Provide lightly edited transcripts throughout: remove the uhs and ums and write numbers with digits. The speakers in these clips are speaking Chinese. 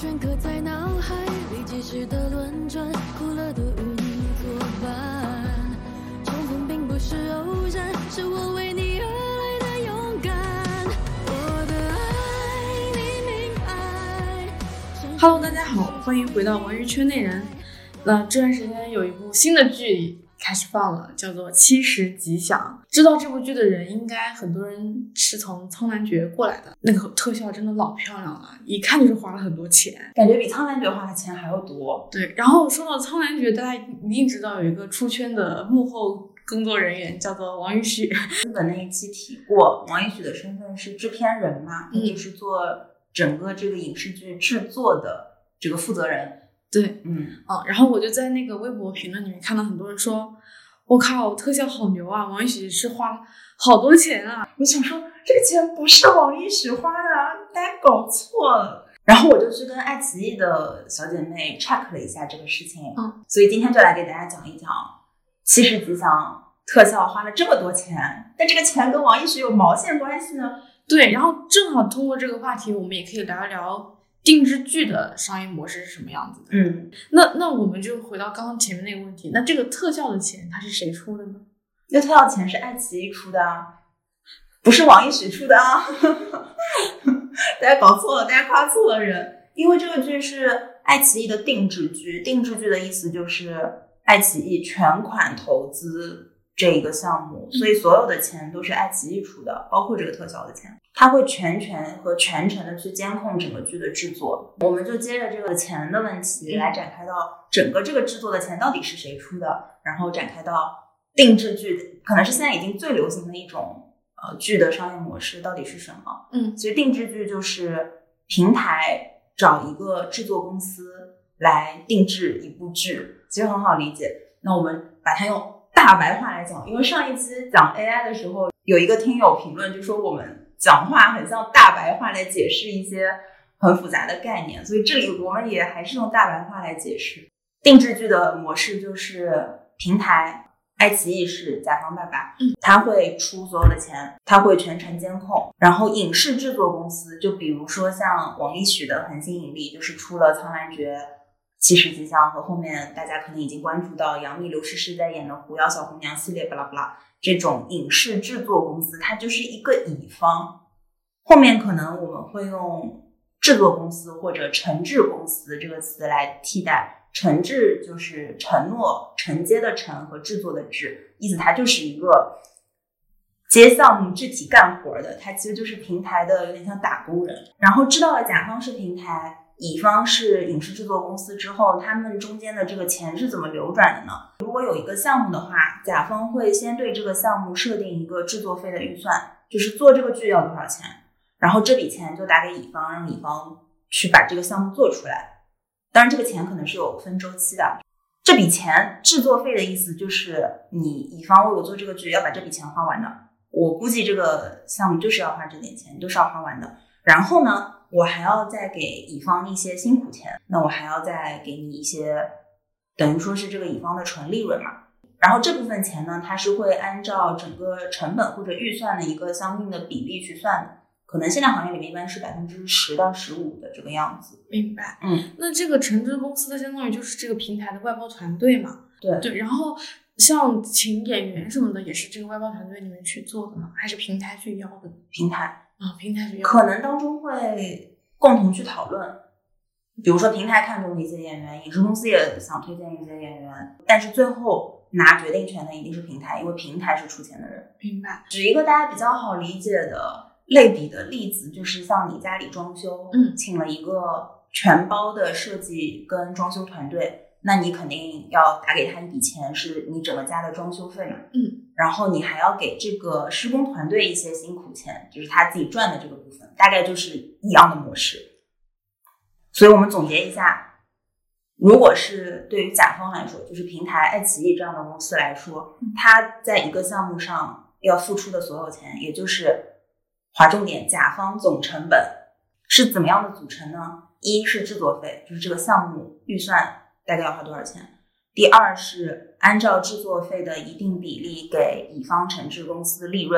镌刻在脑海里，即时的轮转，哭了的云作伴。重逢并不是偶然，是我为你而来的勇敢。我的爱你明白。 Hello， 大家好，欢迎回到文娱圈内人。那这段时间有一部新的剧开始放了，叫做《七十吉祥》。知道这部剧的人，应该很多人是从苍兰诀过来的。那个特效真的老漂亮了，一看就是花了很多钱， 感觉比苍兰诀花的钱还要多。 对，然后说到苍兰诀，大家一定知道有一个出圈的幕后工作人员叫做王宇许。 日本那一期提过，王宇许的身份是制片人嘛，就是做整个这个影视剧制作的这个负责人。 对，然后我就在那个微博评论里面看到很多人说，我靠，特效好牛啊，王宇许是花好多钱啊。 我想说这个钱不是王宇许花的，大家搞错了。然后我就去跟爱奇艺的小姐妹 check 了一下这个事情，所以今天就来给大家讲一讲七十吉祥特效花了这么多钱，但这个钱跟王宇许有毛线关系呢？ 对，然后正好通过这个话题，我们也可以聊一聊定制剧的商业模式是什么样子的。那我们就回到刚刚前面那个问题，那这个特效的钱它是谁出的呢？ 这特效钱是爱奇艺出的啊，不是王宇许出的啊。大家搞错了，大家夸错了人。因为这个剧是爱奇艺的定制剧，定制剧的意思就是爱奇艺全款投资这一个项目，所以所有的钱都是爱奇艺出的，包括这个特效的钱。他会全权和全程的去监控整个剧的制作。我们就接着这个钱的问题来展开到整个这个制作的钱到底是谁出的，然后展开到定制剧可能是现在已经最流行的一种剧的商业模式到底是什么。所以定制剧就是平台找一个制作公司来定制一部剧，其实很好理解。那我们把它用大白话来讲，因为上一期讲 AI 的时候，有一个听友评论就说我们讲话很像大白话来解释一些很复杂的概念，所以这里我们也还是用大白话来解释。定制剧的模式就是平台爱奇艺是甲方爸爸，他会出所有的钱，他会全程监控。然后影视制作公司，就比如说像王宇许的恒星引力，就是出了苍兰诀、七十吉祥和后面大家可能已经关注到杨幂、刘诗诗在演的狐妖小红娘系列巴拉巴拉，这种影视制作公司它就是一个乙方。后面可能我们会用制作公司或者承制公司这个词来替代。承制就是承诺、承接的承和制作的制，意思它就是一个接项目具体干活的，它其实就是平台的有点像打工人。然后知道了甲方是平台，乙方是影视制作公司之后，他们中间的这个钱是怎么流转的呢？如果有一个项目的话，甲方会先对这个项目设定一个制作费的预算，就是做这个剧要多少钱，然后这笔钱就打给乙方，让乙方去把这个项目做出来。当然这个钱可能是有分周期的，这笔钱制作费的意思就是你乙方为我做这个剧要把这笔钱花完的，我估计这个项目就是要花这点钱，都是要花完的。然后呢，我还要再给乙方一些辛苦钱，那我还要再给你一些等于说是这个乙方的纯利润嘛。然后这部分钱呢，它是会按照整个成本或者预算的一个相应的比例去算的，可能现在行业里面一般是10%到15%的这个样子。 明白。那这个承制公司它相当于就是这个平台的外包团队嘛？对，然后像请演员什么的也是这个外包团队里面去做的吗？还是平台去邀的？平台去邀， 可能当中会共同去讨论。比如说平台看中的一些演员，影视公司也想推荐一些演员，但是最后拿决定权的一定是平台，因为平台是出钱的人。 明白。 举一个大家比较好理解的类比的例子，就是像你家里装修，请了一个全包的设计跟装修团队，那你肯定要打给他一笔钱，是你整个家的装修费嘛。然后你还要给这个施工团队一些辛苦钱，就是他自己赚的这个部分，大概就是一样的模式。所以我们总结一下，如果是对于甲方来说，就是平台爱奇艺这样的公司来说，他在一个项目上要付出的所有钱，也就是划重点，甲方总成本是怎么样的组成呢？一是制作费，就是这个项目预算大概要花多少钱。第二是按照制作费的一定比例给乙方承制公司利润。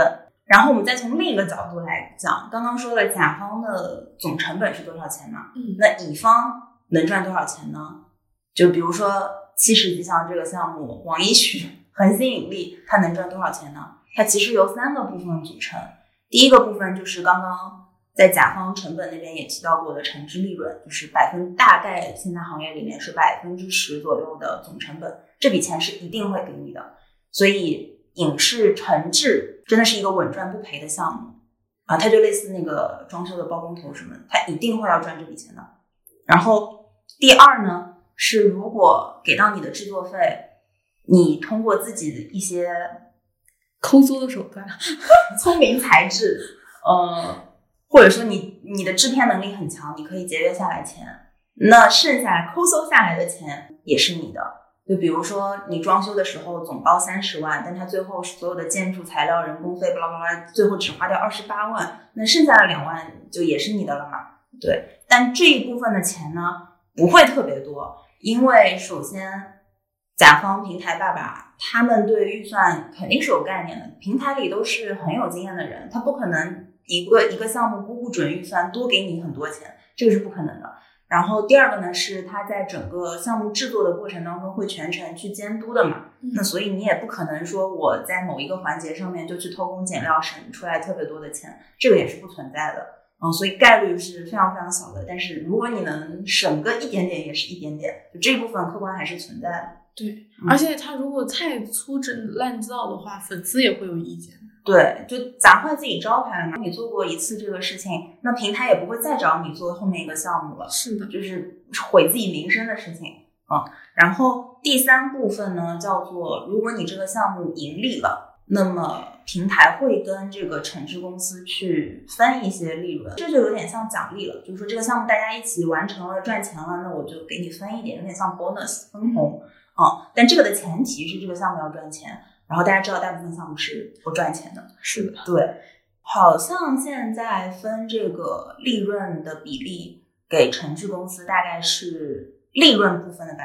然后我们再从另一个角度来讲，刚刚说了甲方的总成本是多少钱嘛？那乙方能赚多少钱呢？就比如说70吉祥这个项目，网易许、恒星引力，它能赚多少钱呢？它其实由3个部分组成。第一个部分就是刚刚在甲方成本那边也提到过的承制利润，就是大概现在行业里面是10%左右的总成本，这笔钱是一定会给你的。所以影视承制真的是一个稳赚不赔的项目啊，它就类似那个装修的包工头什么的，它一定会要赚这笔钱的。然后第二呢，是如果给到你的制作费，你通过自己的一些抠搜的手段聪明才智或者说你的制片能力很强，你可以节约下来钱，那剩下来抠搜下来的钱也是你的。就比如说你装修的时候总包30万，但他最后所有的建筑材料人工费巴拉巴拉最后只花掉28万，那剩下的2万就也是你的了嘛。对，但这一部分的钱呢不会特别多，因为首先甲方平台爸爸他们对预算肯定是有概念的，平台里都是很有经验的人，他不可能一个项目估不准预算多给你很多钱，这个是不可能的。然后第二个呢，是他在整个项目制作的过程当中会全程去监督的嘛，那所以你也不可能说我在某一个环节上面就去偷工减料省出来特别多的钱，这个也是不存在的。所以概率是非常非常小的，但是如果你能省个一点点也是一点点，就这部分客观还是存在的。 对，而且他如果太粗制滥造的话，粉丝也会有意见。 对，就砸坏自己招牌了嘛。你做过一次这个事情，那平台也不会再找你做后面一个项目了。 是的， 就是毁自己名声的事情。然后第3部分呢，叫做如果你这个项目盈利了，那么平台会跟这个承制公司去分一些利润，这就有点像奖励了，就是说这个项目大家一起完成了赚钱了，那我就给你分一点，有点像 bonus 分红。但这个的前提是这个项目要赚钱，然后大家知道大部分项目是不赚钱的。 是的， 对，好像现在分这个利润的比例给承制公司大概是利润部分的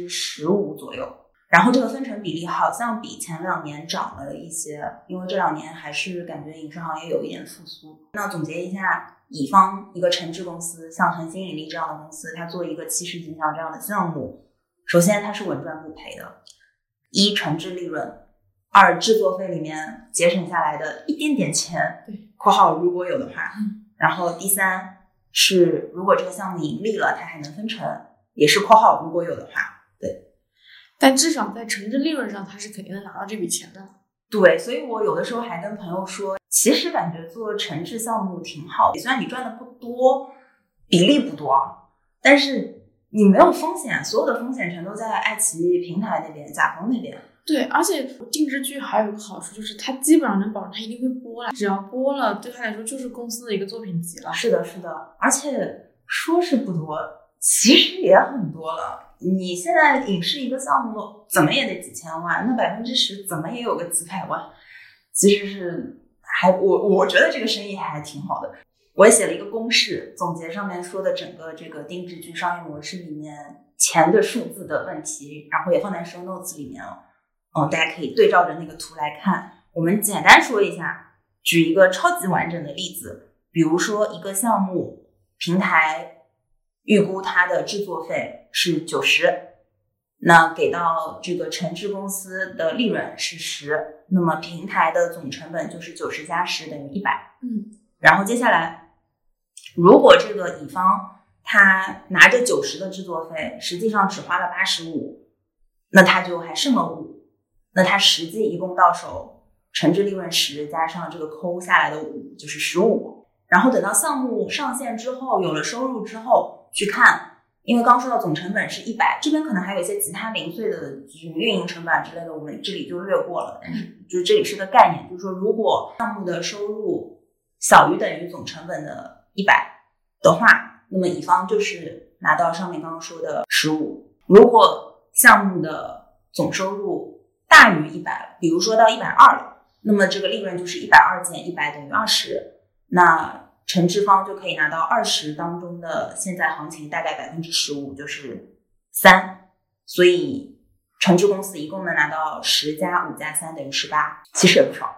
15%左右，然后这个分成比例好像比前2年涨了一些，因为这2年还是感觉影视行业有一点复苏。那总结一下，乙方一个承制公司，像恒星引力这样的公司，它做一个70吉祥这样的项目，首先它是稳赚不赔的，1承制利润，2制作费里面节省下来的一点点钱， 对， 括号如果有的话，然后第3是如果这个项目盈利了，它还能分成，也是括号如果有的话，对。 但至少在承制利润上，他是肯定能拿到这笔钱的。 对，所以我有的时候还跟朋友说，其实感觉做承制项目挺好的，虽然你赚的不多，比例不多，但是你没有风险，所有的风险全都在爱奇艺平台那边，甲方那边。 对，而且定制剧还有一个好处，就是它基本上能保证它一定会播了，只要播了，对他来说就是公司的一个作品集了。 是的，是的，而且说是不多，其实也很多了。你现在影视一个项目怎么也得几千万，那10%怎么也有个几百万，其实是我觉得这个生意还挺好的。我也写了一个公式，总结上面说的整个这个定制剧商业模式里面钱的数字的问题，然后也放在 show notes 里面了。大家可以对照着那个图来看。我们简单说一下，举一个超级完整的例子，比如说一个项目，平台预估它的制作费是90，那给到这个承制公司的利润是10，那么平台的总成本就是90加10等于100。然后接下来，如果这个乙方他拿着90的制作费，实际上只花了85，那他就还剩了5。那它实际一共到手承制利润10加上这个抠下来的5就是15，然后等到项目上线之后有了收入之后去看，因为刚说到总成本是100，这边可能还有一些其他零碎的就是运营成本之类的，我们这里就略过了，但是就是这里是个概念，就是说如果项目的收入小于等于总成本的100的话，那么乙方就是拿到上面刚刚说的15，如果项目的总收入大于100了，比如说到120了，那么这个利润就是120减100等于20，那承制方就可以拿到20当中的现在行情大概15%，就是3，所以承制公司一共能拿到10加5加3等于18，其实也不少。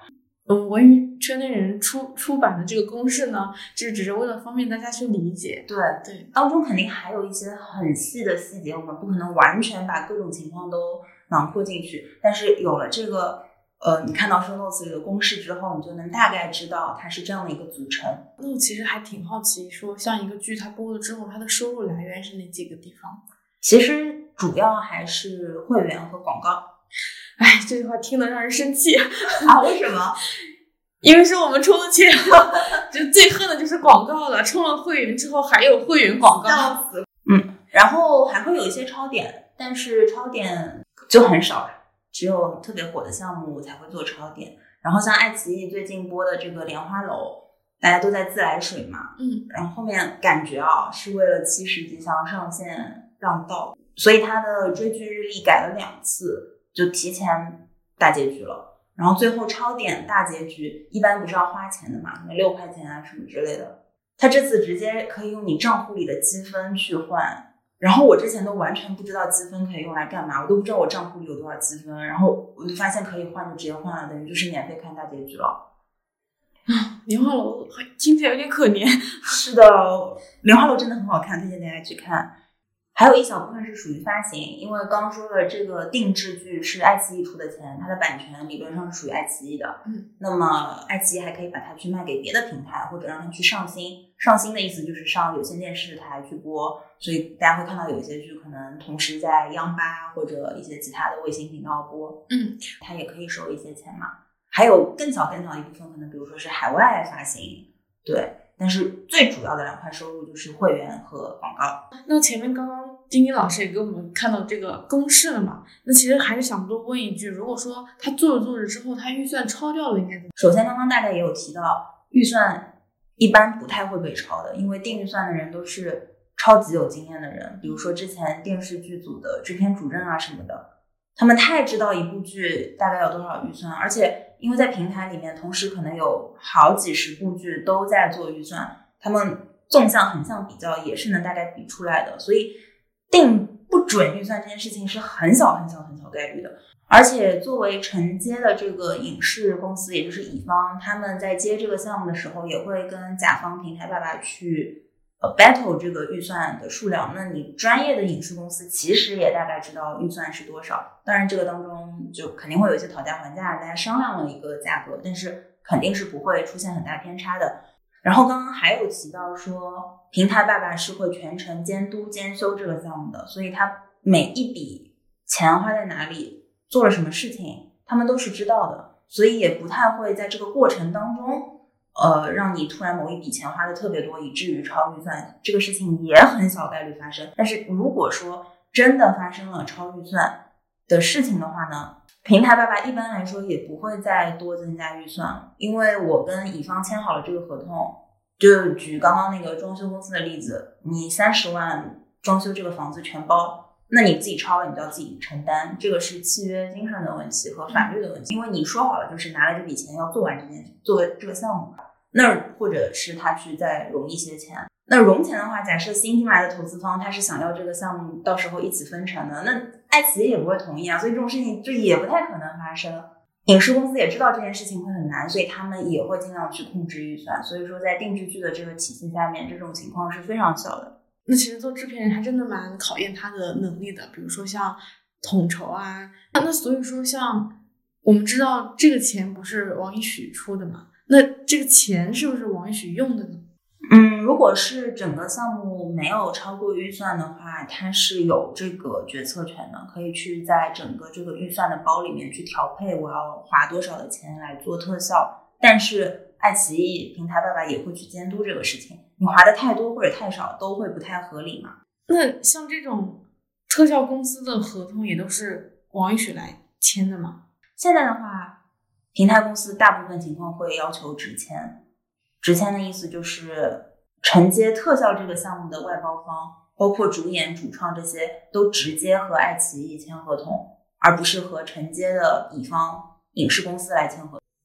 文娱圈内人出版的这个公式呢，只是为了方便大家去理解。 对， 当中肯定还有一些很细的细节，我们不可能完全把各种情况都囊括进去，但是有了这个你看到 show notes 里的公式之后，你就能大概知道它是这样的一个组成。 那我其实还挺好奇，说像一个剧它播了之后，它的收入来源是哪几个地方？ 其实主要还是会员和广告。 哎，这句话听得让人生气啊！为什么？ 因为是我们充的钱，就最恨的就是广告了。充了会员之后还有会员广告， 然后还会有一些超点，但是超点就很少，只有特别火的项目才会做超点。然后像爱奇艺最近播的这个莲花楼，大家都在自来水嘛，然后后面感觉是为了70吉祥上线让道，所以它的追剧日历改了2次，就提前大结局了。然后最后超点大结局一般不是要花钱的嘛，可能6块钱啊什么之类的，它这次直接可以用你账户里的积分去换。然后我之前都完全不知道积分可以用来干嘛，我都不知道我账户里有多少积分，然后我就发现可以换，就直接换了，等于就是免费看大结局了。 莲花楼听起来有点可怜。 是的，莲花楼真的很好看，推荐大家去看。还有一小部分是属于发行，因为刚说了这个定制剧是爱奇艺出的钱，它的版权理论上是属于爱奇艺的。那么爱奇艺还可以把它去卖给别的平台，或者让它去上新。上新的意思就是上有线电视台去播，所以大家会看到有一些剧可能同时在央八或者一些其他的卫星频道播，它也可以收一些钱嘛。还有更小一部分，可能比如说是海外发行，对。但是最主要的2块收入就是会员和广告。 那前面刚刚丁丁老师也给我们看到这个公式了嘛？那其实还是想多问一句，如果说他做着之后，他预算超掉了，应该怎么？ 首先，刚刚大概也有提到，预算一般不太会被超的，因为定预算的人都是超级有经验的人，比如说之前电视剧组的制片主任啊什么的，他们太知道一部剧大概有多少预算，而且因为在平台里面同时可能有好几十部剧都在做预算，他们纵向横向比较也是能大概比出来的，所以定不准预算这件事情是很小概率的。而且作为承接的这个影视公司，也就是乙方，他们在接这个项目的时候也会跟甲方平台爸爸去battle 这个预算的数量。那你专业的影视公司其实也大概知道预算是多少，当然这个当中就肯定会有一些讨价还价，大家商量了一个价格，但是肯定是不会出现很大偏差的。然后刚刚还有提到说平台爸爸是会全程监督监修这个项目的，所以他每一笔钱花在哪里，做了什么事情他们都是知道的，所以也不太会在这个过程当中让你突然某一笔钱花的特别多以至于超预算，这个事情也很小概率发生。但是如果说真的发生了超预算的事情的话呢，平台爸爸一般来说也不会再多增加预算了，因为我跟乙方签好了这个合同，就举刚刚那个装修公司的例子，你30万装修这个房子全包，那你自己超了你就要自己承担，这个是契约精神的问题和法律的问题，因为你说好了就是拿了这笔钱要做完做这个项目，那或者是他去再融一些钱。那融钱的话，假设新进来的投资方他是想要这个项目到时候一起分成的，那爱奇艺也不会同意啊，所以这种事情就也不太可能发生。影视公司也知道这件事情会很难，所以他们也会尽量去控制预算，所以说在定制剧的这个体系下面，这种情况是非常小的。 那其实做制片人还真的蛮考验他的能力的，比如说像统筹啊，那所以说像我们知道这个钱不是王一许出的嘛，那这个钱是不是王一许用的呢？ 如果是整个项目没有超过预算的话，它是有这个决策权的，可以去在整个这个预算的包里面去调配我要花多少的钱来做特效，但是爱奇艺平台爸爸也会去监督这个事情，你花的太多或者太少都会不太合理嘛。 那像这种特效公司的合同也都是王一许来签的吗？ 现在的话，平台公司大部分情况会要求直签。直签的意思就是承接特效这个项目的外包方，包括主演主创这些都直接和爱奇艺签合同，而不是和承接的乙方影视公司来签合同。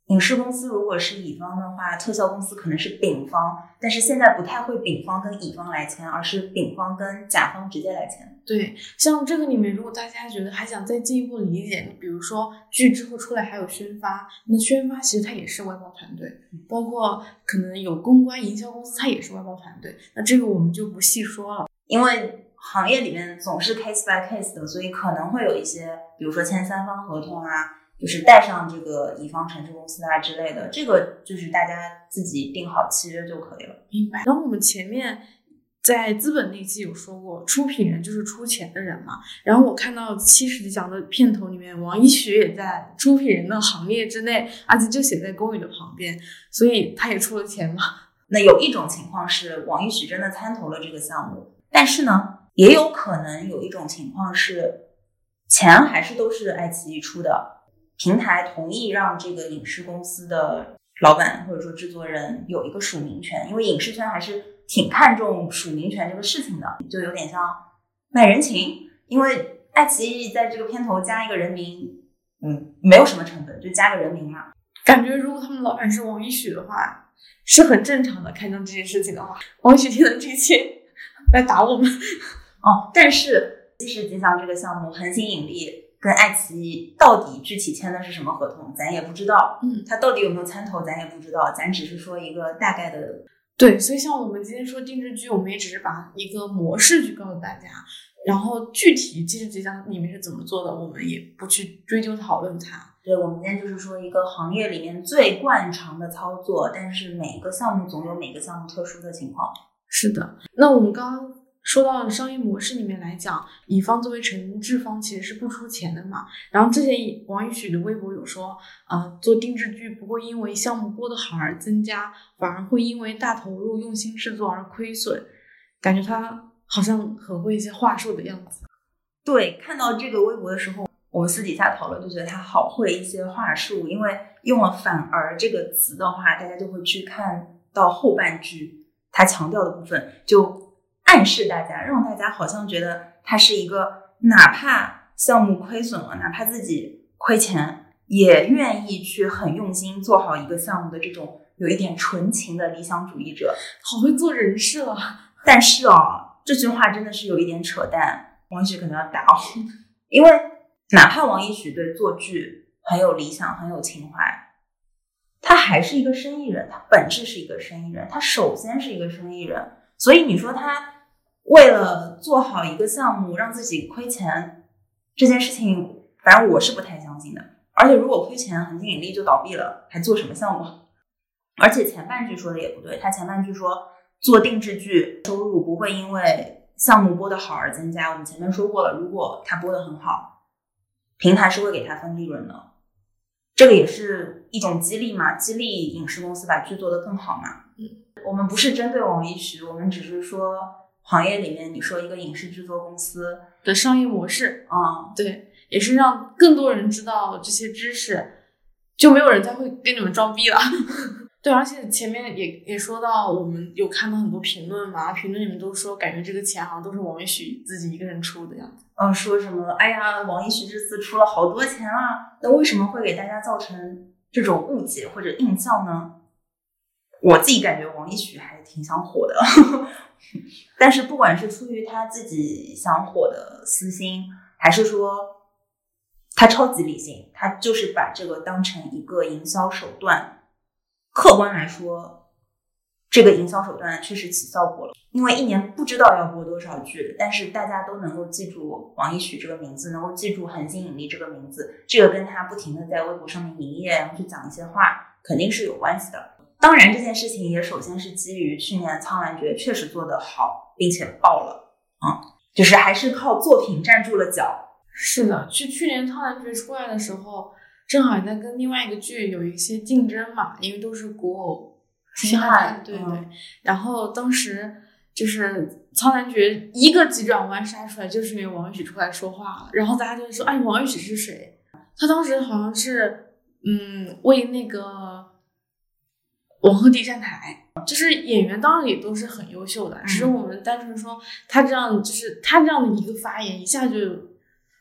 影视公司如果是乙方的话，特效公司可能是丙方，但是现在不太会丙方跟乙方来签，而是丙方跟甲方直接来签。 对，像这个里面，如果大家觉得还想再进一步理解，比如说剧之后出来还有宣发，那宣发其实它也是外包团队，包括可能有公关营销公司，它也是外包团队。那这个我们就不细说了， 因为行业里面总是 case by case 的，所以可能会有一些，比如说签3方合同啊，就是带上这个乙方城市公司啊之类的，这个就是大家自己定好契约就可以了。 明白。然后我们前面在资本那期有说过，出品人就是出钱的人嘛。然后我看到70集讲的片头里面，王一许也在出品人的行列之内，而且就写在宫羽的旁边，所以他也出了钱嘛。 那有一种情况是王一许真的参投了这个项目，但是呢，也有可能有一种情况是钱还是都是爱奇艺出的。平台同意让这个影视公司的老板或者说制作人有一个署名权，因为影视圈还是挺看重署名权这个事情的，就有点像卖人情。因为爱奇艺在这个片头加一个人名，没有什么成本，就加个人名嘛。 感觉如果他们老板是王一许的话，是很正常的。看重这件事情的话，王一许听了这些来打我们。 但是70集祥这个项目恒星引力跟爱奇艺到底具体签的是什么合同咱也不知道，他到底有没有参投咱也不知道，咱只是说一个大概的。 对，所以像我们今天说定制剧，我们也只是把一个模式去告诉大家，然后具体70集祥里面是怎么做的，我们也不去追究讨论它。 对，我们今天就是说一个行业里面最惯常的操作，但是每个项目总有每个项目特殊的情况。是的， 那我们刚刚说到商业模式里面来讲，乙方作为承制方其实是不出钱的嘛。然后之前王一许的微博有说，做定制剧不会因为项目播得好而增加，反而会因为大投入用心制作而亏损。感觉他好像很会一些话术的样子。 对，看到这个微博的时候，我们私底下讨论就觉得他好会一些话术，因为用了反而这个词的话，大家就会去看到后半句他强调的部分，就暗示大家，让大家好像觉得他是一个哪怕项目亏损了，哪怕自己亏钱，也愿意去很用心做好一个项目的这种有一点纯情的理想主义者。 好会做人设啊。 但是这句话真的是有一点扯淡，王一许可能要打因为哪怕王一许对做剧很有理想很有情怀，他还是一个生意人，他本质是一个生意人，他首先是一个生意人。所以你说他为了做好一个项目让自己亏钱，这件事情反正我是不太相信的。而且如果亏钱，恒星引力就倒闭了，还做什么项目？而且前半句说的也不对，他前半句说做定制剧收入不会因为项目播得好而增加。我们前面说过了，如果他播得很好，平台是会给他分利润的，这个也是一种激励嘛，激励影视公司把剧做得更好嘛。我们不是针对王一许，我们只是说行业里面你说一个影视制作公司的商业模式，对，也是让更多人知道这些知识，就没有人再会跟你们装逼了。对，而且前面也说到，我们有看到很多评论嘛，评论里面都说感觉这个钱好像都是王一许自己一个人出的样子。 说什么哎呀，王一许这次出了好多钱啊，那为什么会给大家造成这种误解或者印象呢？我自己感觉王一许还挺想火的但是不管是出于他自己想火的私心，还是说他超级理性，他就是把这个当成一个营销手段。客观来说，这个营销手段确实起效果了，因为一年不知道要播多少剧，但是大家都能够记住王一许这个名字，能够记住恒星引力这个名字，这个跟他不停的在微博上面营业，然后去讲一些话，肯定是有关系的。当然这件事情也首先是基于去年苍兰诀确实做得好，并且爆了就是还是靠作品站住了脚。 是的，去年苍兰诀出来的时候，正好也在跟另外一个剧有一些竞争嘛，因为都是古偶星汉，对对。然后当时就是苍兰诀一个急转弯杀出来，就是因为王一许出来说话了，然后大家就说哎，王一许是谁？他当时好像是为那个王鹤棣站台，就是演员当然也都是很优秀的，只是我们单纯说他这样的一个发言，一下就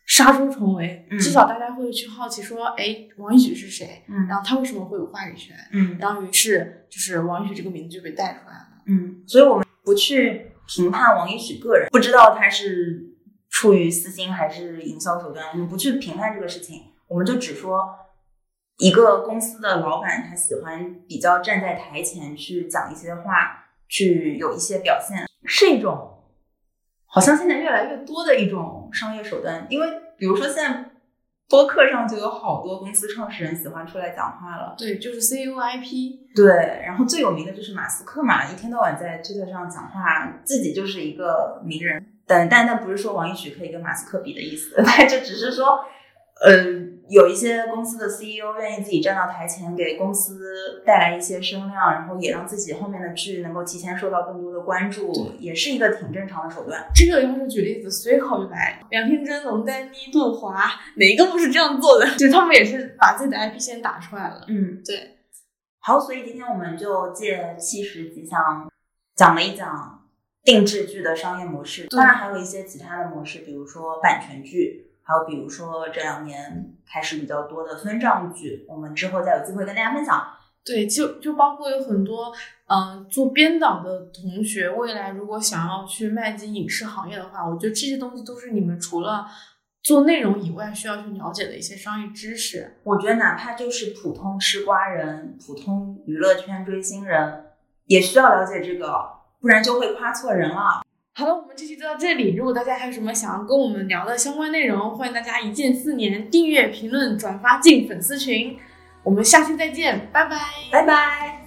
杀出重围，至少大家会去好奇说，哎，王一许是谁？然后他为什么会有话语权？然后于是就是王一许这个名字就被带出来了。 所以我们不去评判王一许个人，不知道他是出于私心还是营销手段，我们不去评判这个事情，我们就只说一个公司的老板他喜欢比较站在台前去讲一些话，去有一些表现，是一种好像现在越来越多的一种商业手段。因为比如说现在播客上就有好多公司创始人喜欢出来讲话了， 对，就是 CEO IP。 对，然后最有名的就是马斯克嘛，一天到晚在推特上讲话，自己就是一个名人。但不是说王一许可以跟马斯克比的意思，但这只是说有一些公司的 CEO 愿意自己站到台前，给公司带来一些声量，然后也让自己后面的剧能够提前受到更多的关注，也是一个挺正常的手段。 这个要是举例子随口就来，梁天真、龙丹妮、杜华，哪一个不是这样做的？就他们也是把自己的 IP 先打出来了。对。 好，所以今天我们就借70吉祥讲了一讲定制剧的商业模式，当然还有一些其他的模式，比如说版权剧，还有比如说这2年开始比较多的分账剧，我们之后再有机会跟大家分享。 对，就包括有很多做编导的同学，未来如果想要去迈进影视行业的话，我觉得这些东西都是你们除了做内容以外需要去了解的一些商业知识。 我觉得哪怕就是普通吃瓜人、普通娱乐圈追星人也需要了解这个，不然就会夸错人了。 好了，我们这期就到这里。如果大家还有什么想要跟我们聊的相关内容，欢迎大家一键4年订阅、评论、转发进粉丝群。我们下期再见，拜拜， 拜拜。